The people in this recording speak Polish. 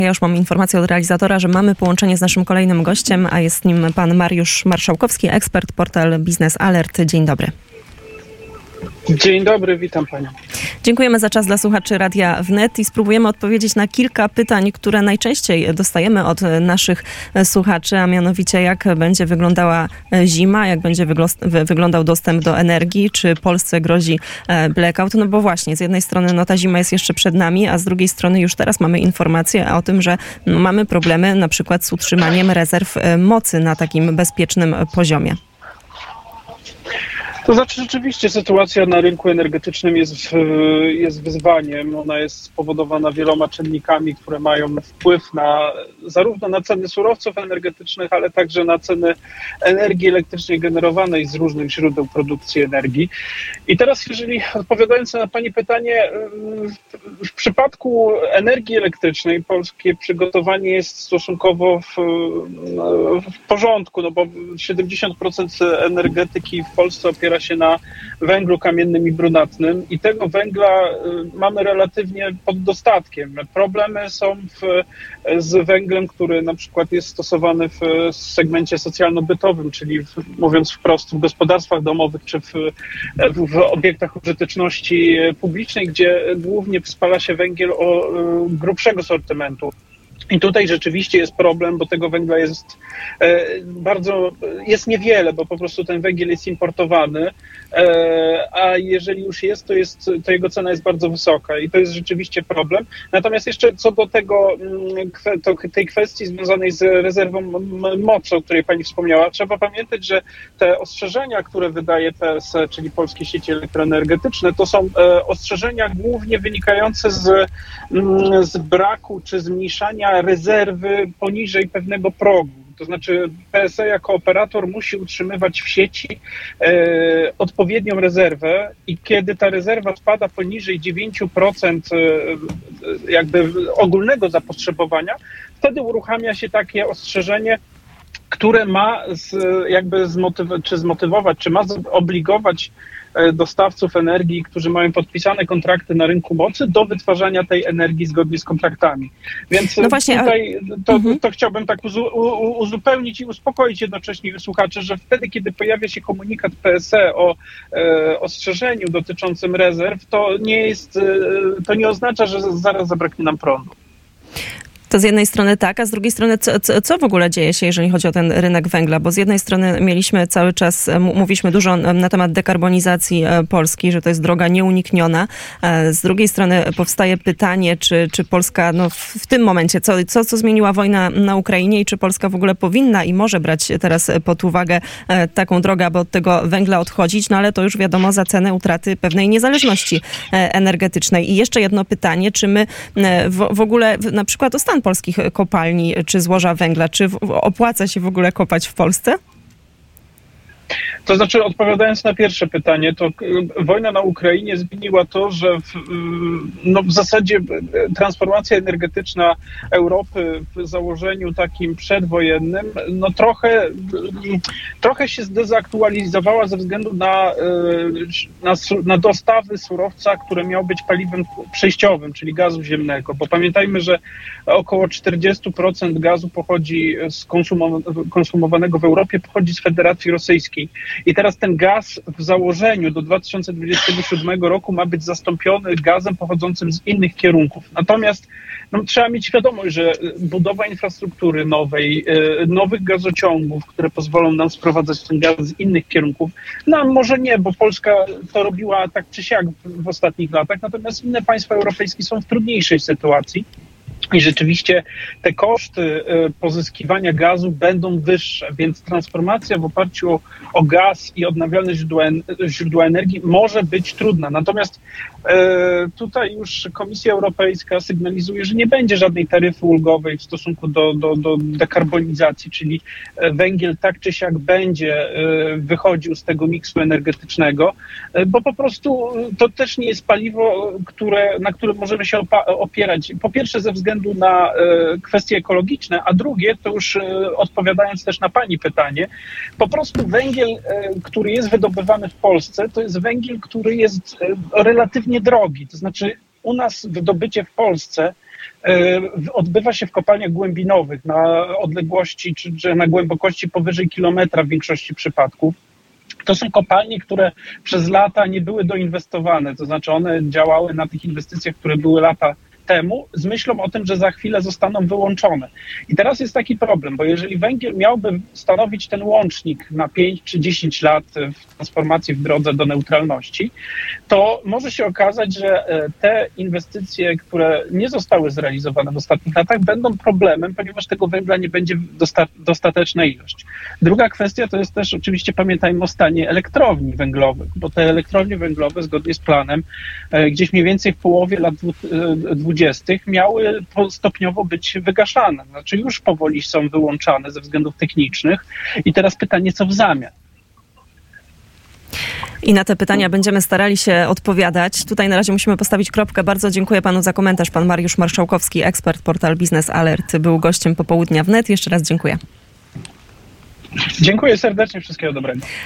Ja już mam informację od realizatora, że mamy połączenie z naszym kolejnym gościem, a jest nim pan Mariusz Marszałkowski, ekspert, portal Biznes Alert. Dzień dobry. Dzień dobry, witam panią. Dziękujemy za czas dla słuchaczy Radia Wnet i spróbujemy odpowiedzieć na kilka pytań, które najczęściej dostajemy od naszych słuchaczy, a mianowicie jak będzie wyglądała zima, jak będzie wyglądał dostęp do energii, czy Polsce grozi blackout. No bo właśnie, z jednej strony ta zima jest jeszcze przed nami, a z drugiej strony już teraz mamy informacje o tym, że mamy problemy na przykład z utrzymaniem rezerw mocy na takim bezpiecznym poziomie. To znaczy rzeczywiście sytuacja na rynku energetycznym jest wyzwaniem. Ona jest spowodowana wieloma czynnikami, które mają wpływ zarówno na ceny surowców energetycznych, ale także na ceny energii elektrycznej generowanej z różnych źródeł produkcji energii. I teraz, odpowiadając na pani pytanie, w przypadku energii elektrycznej polskie przygotowanie jest stosunkowo w porządku, no bo 70% energetyki w Polsce opiera się na węglu kamiennym i brunatnym i tego węgla mamy relatywnie pod dostatkiem. Problemy są z węglem, który na przykład jest stosowany w segmencie socjalno-bytowym, czyli mówiąc wprost w gospodarstwach domowych czy w obiektach użyteczności publicznej, gdzie głównie spala się węgiel o grubszego sortymentu. I tutaj rzeczywiście jest problem, bo tego węgla jest niewiele, bo po prostu ten węgiel jest importowany, a jeżeli już to jego cena jest bardzo wysoka i to jest rzeczywiście problem. Natomiast jeszcze co do tej kwestii związanej z rezerwą mocy, o której pani wspomniała, trzeba pamiętać, że te ostrzeżenia, które wydaje PSE, czyli Polskie Sieci Elektroenergetyczne, to są ostrzeżenia głównie wynikające z braku czy zmniejszania rezerwy poniżej pewnego progu. To znaczy PSE jako operator musi utrzymywać w sieci odpowiednią rezerwę i kiedy ta rezerwa spada poniżej 9% jakby ogólnego zapotrzebowania, wtedy uruchamia się takie ostrzeżenie, które ma zmotywować, czy ma zobligować dostawców energii, którzy mają podpisane kontrakty na rynku mocy, do wytwarzania tej energii zgodnie z kontraktami. Więc no właśnie, tutaj to chciałbym tak uzupełnić i uspokoić jednocześnie słuchaczy, że wtedy, kiedy pojawia się komunikat PSE o ostrzeżeniu dotyczącym rezerw, to nie oznacza, że zaraz zabraknie nam prądu. To z jednej strony tak, a z drugiej strony co w ogóle dzieje się, jeżeli chodzi o ten rynek węgla? Bo z jednej strony mieliśmy cały czas, mówiliśmy dużo na temat dekarbonizacji Polski, że to jest droga nieunikniona. Z drugiej strony powstaje pytanie, czy Polska w tym momencie, co zmieniła wojna na Ukrainie i czy Polska w ogóle powinna i może brać teraz pod uwagę taką drogę, aby od tego węgla odchodzić, no ale to już wiadomo za cenę utraty pewnej niezależności energetycznej. I jeszcze jedno pytanie, czy my w ogóle na przykład o stan polskich kopalni czy złoża węgla, czy opłaca się w ogóle kopać w Polsce? To znaczy, odpowiadając na pierwsze pytanie, to wojna na Ukrainie zmieniła to, że w zasadzie transformacja energetyczna Europy w założeniu takim przedwojennym trochę się zdezaktualizowała ze względu na dostawy surowca, które miał być paliwem przejściowym, czyli gazu ziemnego. Bo pamiętajmy, że około 40% gazu pochodzi konsumowanego w Europie pochodzi z Federacji Rosyjskiej. I teraz ten gaz w założeniu do 2027 roku ma być zastąpiony gazem pochodzącym z innych kierunków. Natomiast trzeba mieć świadomość, że budowa infrastruktury nowej, nowych gazociągów, które pozwolą nam sprowadzać ten gaz z innych kierunków, może nie, bo Polska to robiła tak czy siak w ostatnich latach, natomiast inne państwa europejskie są w trudniejszej sytuacji. I rzeczywiście te koszty pozyskiwania gazu będą wyższe, więc transformacja w oparciu o gaz i odnawialne źródła energii może być trudna. Natomiast tutaj już Komisja Europejska sygnalizuje, że nie będzie żadnej taryfy ulgowej w stosunku do dekarbonizacji, czyli węgiel tak czy siak będzie wychodził z tego miksu energetycznego, bo po prostu to też nie jest paliwo, na którym możemy się opierać. Po pierwsze ze względu na kwestie ekologiczne, a drugie, to już odpowiadając też na pani pytanie, po prostu węgiel, który jest wydobywany w Polsce, to jest węgiel, który jest relatywnie drogi. To znaczy u nas wydobycie w Polsce odbywa się w kopalniach głębinowych na odległości czy na głębokości powyżej kilometra w większości przypadków. To są kopalnie, które przez lata nie były doinwestowane, to znaczy one działały na tych inwestycjach, które były lata temu, z myślą o tym, że za chwilę zostaną wyłączone. I teraz jest taki problem, bo jeżeli węgiel miałby stanowić ten łącznik na 5 czy 10 lat w transformacji w drodze do neutralności, to może się okazać, że te inwestycje, które nie zostały zrealizowane w ostatnich latach, będą problemem, ponieważ tego węgla nie będzie dostateczna ilość. Druga kwestia to jest też oczywiście, pamiętajmy o stanie elektrowni węglowych, bo te elektrownie węglowe zgodnie z planem gdzieś mniej więcej w połowie lat 20 miały stopniowo być wygaszane. Znaczy już powoli są wyłączane ze względów technicznych i teraz pytanie, co w zamian? I na te pytania będziemy starali się odpowiadać. Tutaj na razie musimy postawić kropkę. Bardzo dziękuję panu za komentarz. Pan Mariusz Marszałkowski, ekspert portal Biznes Alert, był gościem Popołudnia Wnet. Jeszcze raz dziękuję. Dziękuję serdecznie. Wszystkiego dobrego.